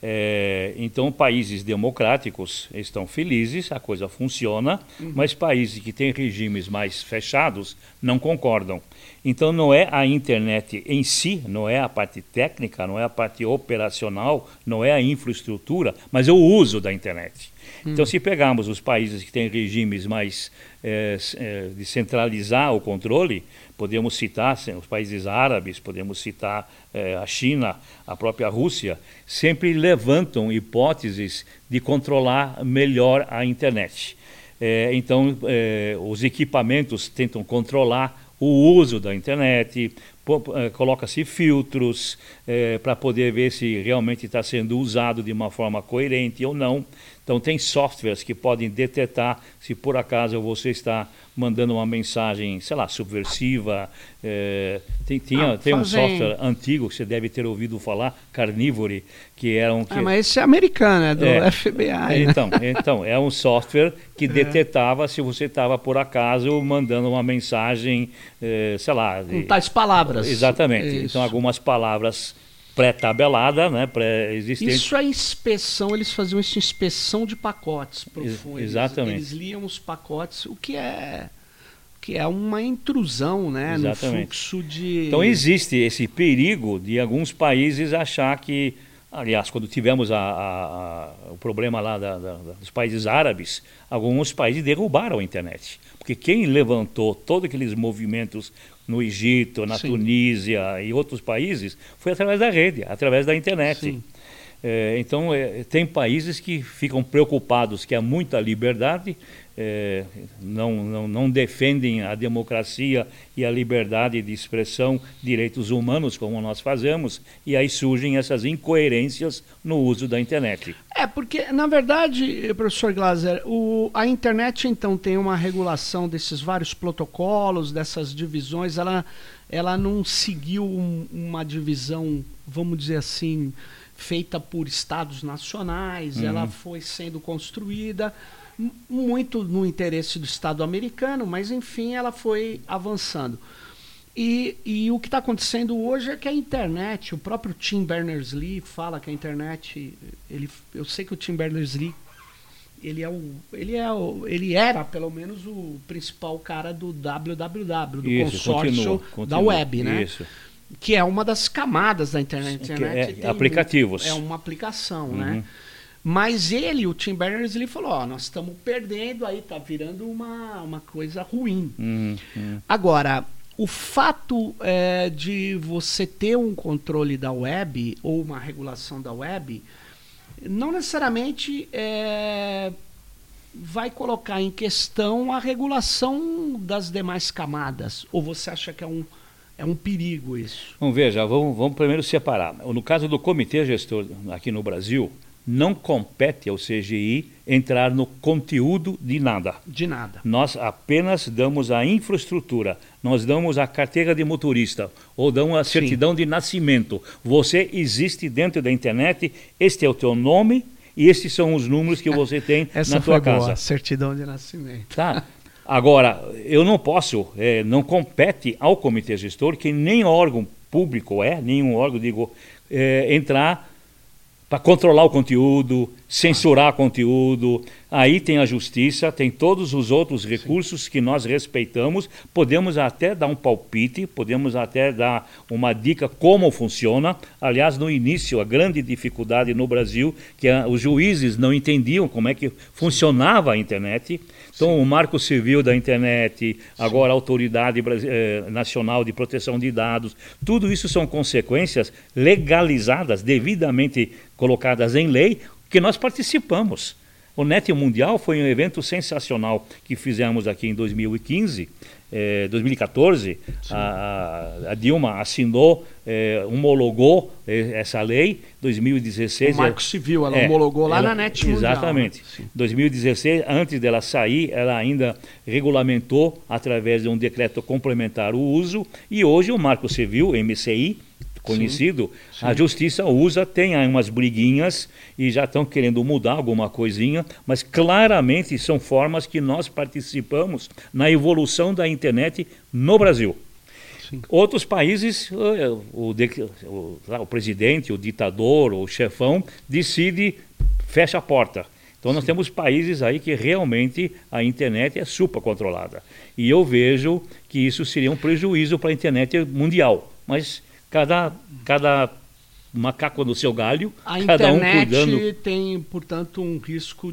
É, então, países democráticos estão felizes, a coisa funciona, uhum. mas países que têm regimes mais fechados não concordam. Então, não é a internet em si, não é a parte técnica, não é a parte operacional, não é a infraestrutura, mas é o uso da internet. Uhum. Então, se pegarmos os países que têm regimes mais é, é, de centralizar o controle, podemos citar os países árabes, podemos citar é, a China, a própria Rússia, sempre levantam hipóteses de controlar melhor a internet. É, então, é, os equipamentos tentam controlar o uso da internet, coloca-se filtros é, para poder ver se realmente está sendo usado de uma forma coerente ou não. Então tem softwares que podem detectar se por acaso você está mandando uma mensagem, sei lá, subversiva. É, tem tinha, ah, tem um software antigo que você deve ter ouvido falar, Carnivore, que era um... Que, ah, mas esse é americano, é do é, F B I. Então, né? então, é um software que é. detectava se você estava, por acaso, mandando uma mensagem, é, sei lá... Com tais palavras. Exatamente. Isso. Então, algumas palavras pré-tabelada, né, pré-existente. Isso é inspeção, eles faziam isso, inspeção de pacotes profundos. Exatamente. Eles liam os pacotes, o que é, que é uma intrusão, né, Exatamente. no fluxo de... Então existe esse perigo de alguns países achar que, aliás, quando tivemos a, a, a, o problema lá da, da, dos países árabes, alguns países derrubaram a internet. Porque quem levantou todos aqueles movimentos no Egito, na Sim. Tunísia e outros países, foi através da rede, através da internet. É, então, é, tem países que ficam preocupados que há muita liberdade, é, não, não, não defendem a democracia e a liberdade de expressão, direitos humanos, como nós fazemos, e aí surgem essas incoerências no uso da internet. É, porque, na verdade, professor Glaser, o, a internet, então, tem uma regulação desses vários protocolos, dessas divisões, ela, ela não seguiu um, uma divisão, vamos dizer assim, feita por estados nacionais, uhum. ela foi sendo construída muito no interesse do Estado americano, mas enfim, ela foi avançando. E, e o que está acontecendo hoje é que a internet, o próprio Tim Berners-Lee fala que a internet, ele, eu sei que o Tim Berners-Lee, ele é o, ele é o, ele era pelo menos o principal cara do W W W, do Isso, consórcio continua, continua, da web, né? Isso. Que é uma das camadas da internet. internet é, aplicativos. Um, é uma aplicação, uhum. né? Mas ele, o Tim Berners-Lee, falou, ó, nós estamos perdendo aí, tá virando uma, uma coisa ruim. Uhum. Uhum. Agora, o fato é, de você ter um controle da web ou uma regulação da web, não necessariamente é, vai colocar em questão a regulação das demais camadas. Ou você acha que é um É um perigo isso? Vamos ver, já vamos, vamos primeiro separar. No caso do Comitê Gestor aqui no Brasil, não compete ao C G I entrar no conteúdo de nada. De nada. Nós apenas damos a infraestrutura, nós damos a carteira de motorista, ou damos a certidão Sim. de nascimento. Você existe dentro da internet, este é o teu nome e estes são os números que você tem Essa na tua foi casa. Boa, certidão de nascimento. Tá. Agora, eu não posso, é, não compete ao comitê gestor, que nem órgão público é, nenhum órgão, digo, é, entrar para controlar o conteúdo, censurar conteúdo. Aí tem a justiça, tem todos os outros recursos Sim. que nós respeitamos. Podemos até dar um palpite, podemos até dar uma dica como funciona. Aliás, no início, a grande dificuldade no Brasil, que a, os juízes não entendiam como é que funcionava a internet. Então, Sim. o Marco Civil da Internet, agora a Autoridade eh, Nacional de Proteção de Dados, tudo isso são consequências legalizadas, devidamente colocadas em lei, que nós participamos. O Net Mundial foi um evento sensacional que fizemos aqui em dois mil e quinze, eh, dois mil e quatorze. A, a Dilma assinou, eh, homologou eh, essa lei. dois mil e dezesseis. O Marco Civil, ela é, homologou lá ela, na Net Mundial. Exatamente. Né? dois mil e dezesseis, antes dela sair, ela ainda regulamentou através de um decreto complementar o uso. E hoje o Marco Civil, M C I, conhecido, sim, sim. a justiça usa, tem aí umas briguinhas e já estão querendo mudar alguma coisinha, mas claramente são formas que nós participamos na evolução da internet no Brasil. Sim. Outros países, o, o, o, o presidente, o ditador, o chefão, decide, fecha a porta. Então nós Sim. temos países aí que realmente a internet é super controlada. E eu vejo que isso seria um prejuízo para a internet mundial. Mas Cada, cada macaco no seu galho, a cada um cuidando. A cuidando. internet tem, portanto, um risco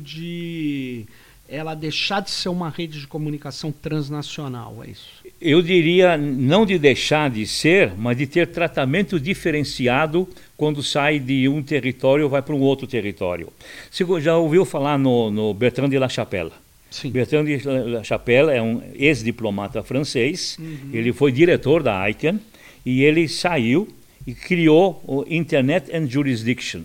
de ela deixar de ser uma rede de comunicação transnacional, é isso? Eu diria, não de deixar de ser, mas de ter tratamento diferenciado quando sai de um território e vai para um outro território. Você já ouviu falar no, no Bertrand de La Chapelle? Sim. Bertrand de La Chapelle é um ex-diplomata francês, uhum. ele foi diretor da I C A N, e ele saiu e criou o Internet and Jurisdiction.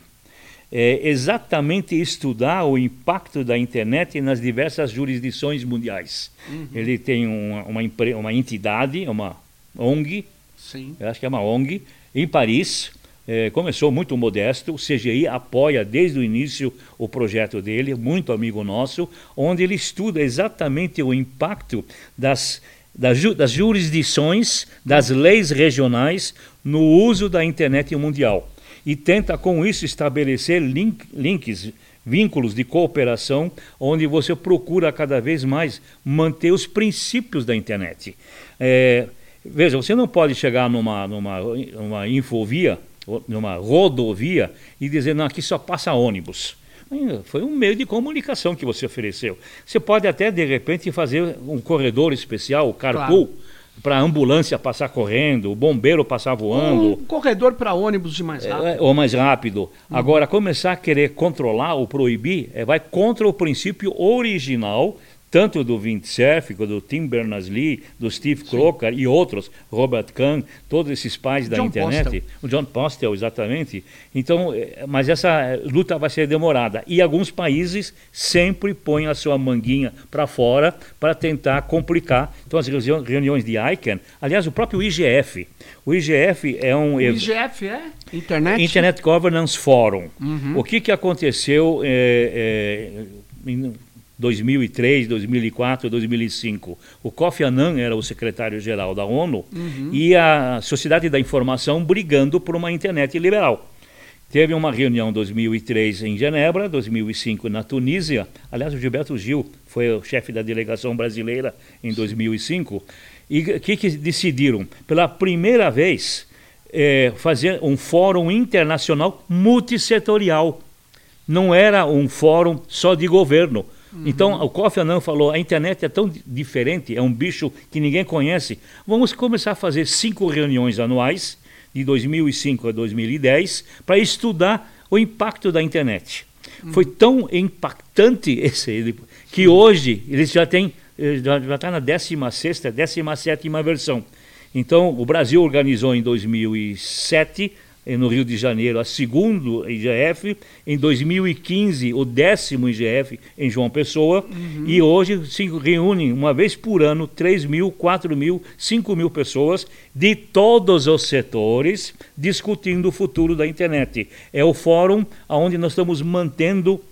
É exatamente estudar o impacto da internet nas diversas jurisdições mundiais. Uhum. Ele tem uma, uma, uma entidade, uma O N G, Sim. eu acho que é uma O N G, em Paris. É, começou muito modesto, o C G I apoia desde o início o projeto dele, muito amigo nosso, onde ele estuda exatamente o impacto das, das, ju, das jurisdições, das leis regionais no uso da internet mundial. E tenta com isso estabelecer link, links, vínculos de cooperação, onde você procura cada vez mais manter os princípios da internet. É, veja, você não pode chegar numa, numa, numa infovia, numa rodovia, e dizer, não, aqui só passa ônibus. Foi um meio de comunicação que você ofereceu. Você pode até, de repente, fazer um corredor especial, o carpool, claro, para a ambulância passar correndo, o bombeiro passar voando. Um corredor para ônibus de mais rápido. É, ou mais rápido. Uhum. Agora, começar a querer controlar ou proibir, é, vai contra o princípio original, tanto do Windsurf, do Tim Berners-Lee, do Steve Crocker e outros, Robert Kahn, todos esses pais da John internet. Postel. O John Postel, exatamente. Então, mas essa luta vai ser demorada. E alguns países sempre põem a sua manguinha para fora para tentar complicar. Então, as reuniões de I C A N, aliás, o próprio I G F. O I G F é um... O I G F é? Internet? Internet Governance Forum. Uhum. O que, que aconteceu é, é, em dois mil e três, dois mil e quatro, dois mil e cinco. O Kofi Annan era o secretário-geral da ONU, uhum, e a Sociedade da Informação brigando por uma internet liberal. Teve uma reunião em dois mil e três em Genebra, dois mil e cinco na Tunísia. Aliás, o Gilberto Gil foi o chefe da delegação brasileira em dois mil e cinco. E o que, que decidiram? Pela primeira vez, é, fazer um fórum internacional multissetorial. Não era um fórum só de governo. Uhum. Então, o Kofi Annan falou, a internet é tão diferente, é um bicho que ninguém conhece. Vamos começar a fazer cinco reuniões anuais, de dois mil e cinco a dois mil e dez, para estudar o impacto da internet. Uhum. Foi tão impactante esse, que hoje eles já têm, já está na décima sexta, décima sétima versão. Então, o Brasil organizou em dois mil e sete, no Rio de Janeiro, a segundo I G F, em dois mil e quinze, o décimo I G F em João Pessoa, uhum, e hoje se reúnem uma vez por ano três mil, quatro mil, cinco mil pessoas de todos os setores discutindo o futuro da internet. É o fórum onde nós estamos mantendo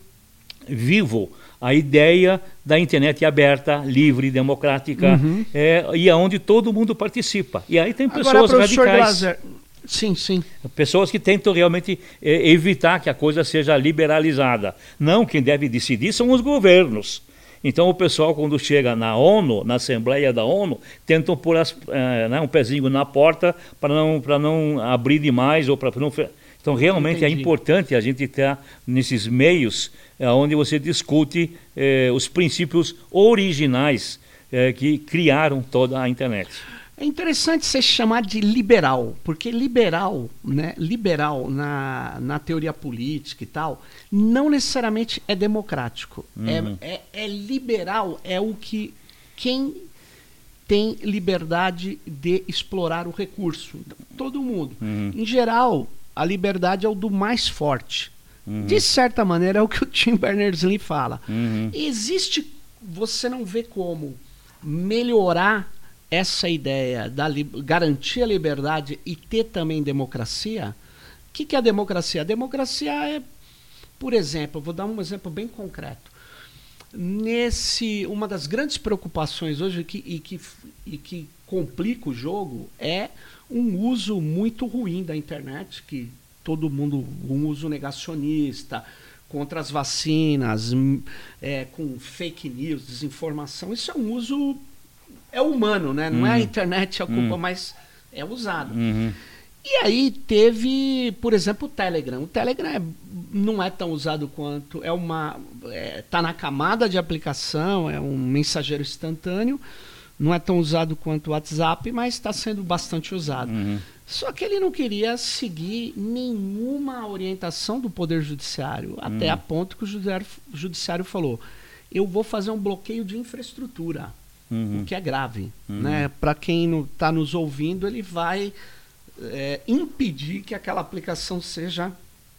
vivo a ideia da internet aberta, livre, democrática, uhum, é, e aonde todo mundo participa. E aí tem pessoas Agora, radicais. Glaser, sim, sim. Pessoas que tentam realmente é, evitar que a coisa seja liberalizada. Não, quem deve decidir são os governos. Então o pessoal, quando chega na ONU, na Assembleia da ONU, tentam pôr as, é, né, um pezinho na porta para não, para não abrir demais ou para não... Então realmente Entendi. É importante a gente estar nesses meios é, onde você discute é, os princípios originais é, que criaram toda a internet. É interessante você chamar de liberal, porque liberal, né, liberal na, na teoria política e tal, não necessariamente é democrático. Uhum. É, é, é liberal, é o que quem tem liberdade de explorar o recurso. Todo mundo. Uhum. Em geral, a liberdade é o do mais forte. Uhum. De certa maneira, é o que o Tim Berners-Lee fala. Uhum. Existe, você não vê como melhorar essa ideia da li- garantir a liberdade e ter também democracia. O que, que é a democracia? A democracia é, por exemplo, vou dar um exemplo bem concreto. Nesse, uma das grandes preocupações hoje que, e, que, e que complica o jogo é um uso muito ruim da internet, que todo mundo, um uso negacionista, contra as vacinas, é, com fake news, desinformação. Isso é um uso... É humano, né? Não uhum. é a internet a culpa, uhum. mas é usado. Uhum. E aí teve, por exemplo, o Telegram. O Telegram é, não é tão usado quanto... É uma, é, tá na camada de aplicação, é um mensageiro instantâneo. Não é tão usado quanto o WhatsApp, mas está sendo bastante usado. Uhum. Só que ele não queria seguir nenhuma orientação do Poder Judiciário, uhum. até a ponto que o judiciário, o judiciário falou, eu vou fazer um bloqueio de infraestrutura. Uhum. O que é grave, uhum. né? Para quem está nos ouvindo, ele vai é, impedir que aquela aplicação seja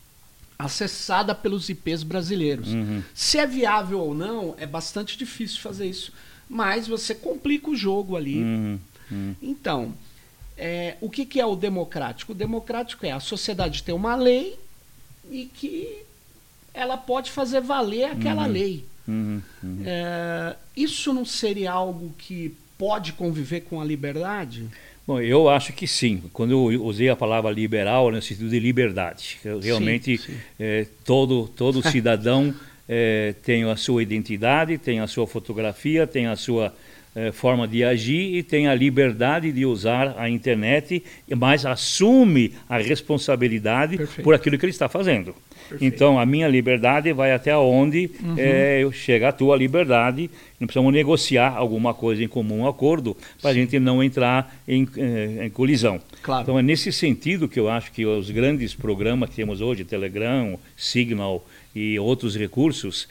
acessada pelos I Ps brasileiros. Uhum. Se é viável ou não, é bastante difícil fazer isso, mas você complica o jogo ali. Uhum. Uhum. Então, é, o que, que é o democrático? O democrático é a sociedade ter uma lei e que ela pode fazer valer aquela uhum. lei. Uhum. Uhum. É, isso não seria algo que pode conviver com a liberdade? Bom, eu acho que sim. Quando eu usei a palavra liberal, no sentido de liberdade, eu, realmente sim, sim. É, todo, todo cidadão é, tem a sua identidade, tem a sua fotografia, tem a sua é, forma de agir e tem a liberdade de usar a internet, mas assume a responsabilidade Perfeito. Por aquilo que ele está fazendo. Perfeito. Então, a minha liberdade vai até onde uhum. é, chega a tua liberdade. Não precisamos negociar alguma coisa em comum acordo para a gente não entrar em, em, em colisão. Claro. Então, é nesse sentido que eu acho que os grandes programas que temos hoje, Telegram, Signal e outros recursos,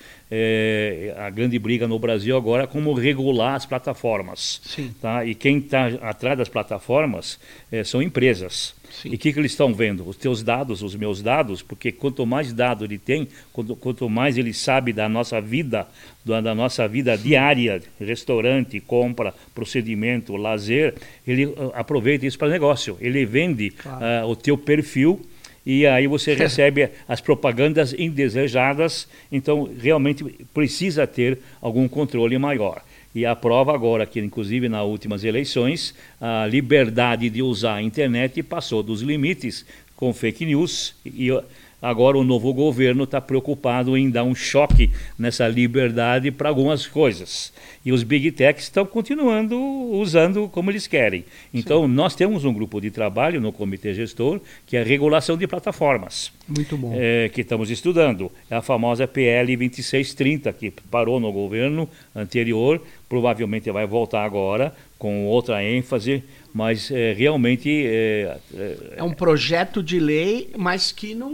é, a grande briga no Brasil agora é como regular as plataformas. Sim. Tá? E quem está atrás das plataformas é, são empresas. Sim. E o que, que eles estão vendo? Os teus dados, os meus dados, porque quanto mais dado ele tem, quanto, quanto mais ele sabe da nossa vida, da, da nossa vida diária, restaurante, compra, procedimento, lazer, ele uh, aproveita isso para negócio. Ele vende claro. uh, o teu perfil e aí você recebe as propagandas indesejadas, então realmente precisa ter algum controle maior. E a prova agora que, inclusive, nas últimas eleições, a liberdade de usar a internet passou dos limites com fake news e agora o novo governo está preocupado em dar um choque nessa liberdade para algumas coisas. E os Big Techs estão continuando usando como eles querem. Então, Sim. nós temos um grupo de trabalho no Comitê Gestor, que é a regulação de plataformas. Muito bom. É, que estamos estudando. É a famosa P L vinte e seis trinta, que parou no governo anterior, provavelmente vai voltar agora com outra ênfase, mas é, realmente... É, é, é um projeto de lei, mas que não,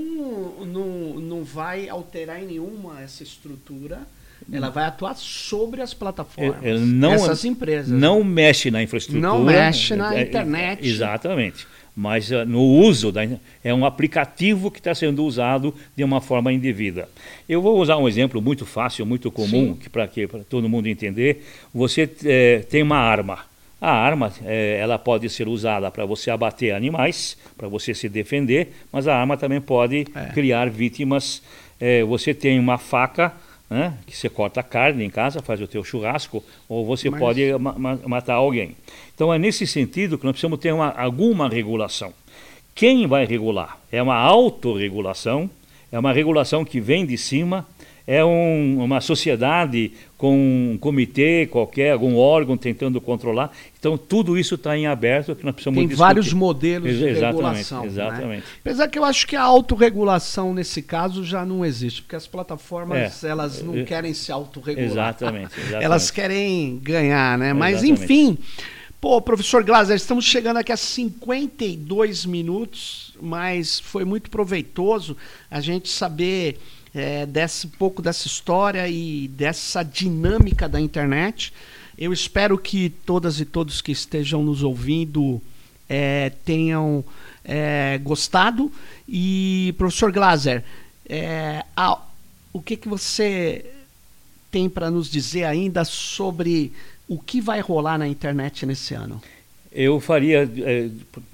não, não vai alterar em nenhuma essa estrutura. Ela vai atuar sobre as plataformas, é, não, essas empresas. Não mexe na infraestrutura. Não mexe na é, internet. Exatamente. Mas uh, no uso, da, é um aplicativo que está sendo usado de uma forma indevida. Eu vou usar um exemplo muito fácil, muito comum, para que para todo mundo entender. Você é, tem uma arma. A arma é, ela pode ser usada para você abater animais, para você se defender, mas a arma também pode é. criar vítimas. É, você tem uma faca, né, que você corta carne em casa, faz o teu churrasco, ou você mas... pode ma ma matar alguém. Então é nesse sentido que nós precisamos ter uma, alguma regulação. Quem vai regular? É uma autorregulação, é uma regulação que vem de cima, é um, uma sociedade com um comitê qualquer, algum órgão tentando controlar. Então, tudo isso está em aberto, que nós precisamos Tem discutir. vários modelos de exatamente, regulação. Exatamente. Né? Apesar que eu acho que a autorregulação, nesse caso, já não existe, porque as plataformas, é, elas não é, querem se autorregular. Exatamente, exatamente. Elas querem ganhar, né? Mas, exatamente. Enfim... Pô, professor Glaser, estamos chegando aqui a cinquenta e dois minutos, mas foi muito proveitoso a gente saber é, desse pouco dessa história e dessa dinâmica da internet. Eu espero que todas e todos que estejam nos ouvindo é, tenham é, gostado. E, professor Glaser, é, a, o que, que você tem para nos dizer ainda sobre... O que vai rolar na internet nesse ano? Eu faria é,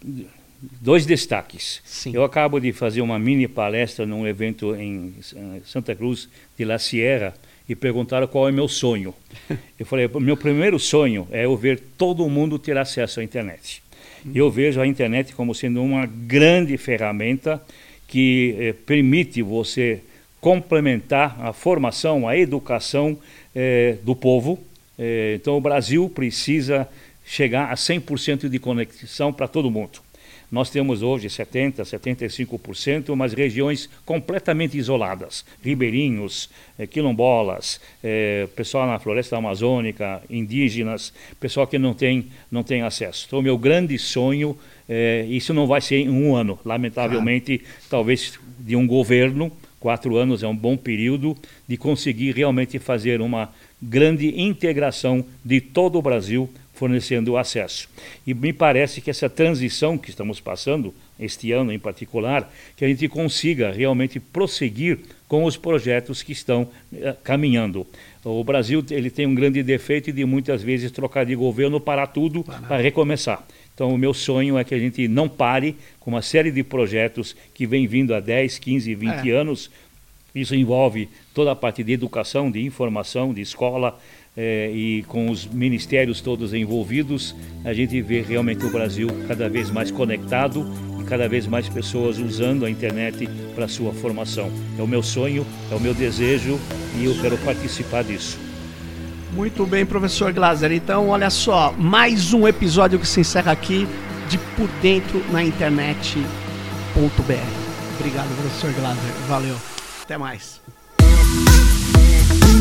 dois destaques. Sim. Eu acabo de fazer uma mini palestra num evento em Santa Cruz de la Sierra e perguntaram qual é o meu sonho. Eu falei, meu primeiro sonho é eu ver todo mundo ter acesso à internet. Hum. Eu vejo a internet como sendo uma grande ferramenta que eh, permite você complementar a formação, a educação eh, do povo. Então o Brasil precisa chegar a cem por cento de conexão para todo mundo. Nós temos hoje setenta por cento, setenta e cinco por cento, mas regiões completamente isoladas. Ribeirinhos, eh, quilombolas, eh, pessoal na floresta amazônica, indígenas, pessoal que não tem, não tem acesso. Então o meu grande sonho, eh, isso não vai ser em um ano, lamentavelmente, claro. Talvez de um governo, quatro anos é um bom período, de conseguir realmente fazer uma grande integração de todo o Brasil, fornecendo acesso. E me parece que essa transição que estamos passando, este ano em particular, que a gente consiga realmente prosseguir com os projetos que estão uh, caminhando. O Brasil ele tem um grande defeito de muitas vezes trocar de governo, parar tudo para recomeçar. Então o meu sonho é que a gente não pare com uma série de projetos que vem vindo há dez, quinze, vinte é. anos. Isso envolve toda a parte de educação, de informação, de escola, eh, e com os ministérios todos envolvidos, a gente vê realmente o Brasil cada vez mais conectado e cada vez mais pessoas usando a internet para a sua formação. É o meu sonho, é o meu desejo e eu quero participar disso. Muito bem, professor Glaser. Então, olha só, mais um episódio que se encerra aqui de Por Dentro na Internet ponto b r. Obrigado, professor Glaser. Valeu. Até mais.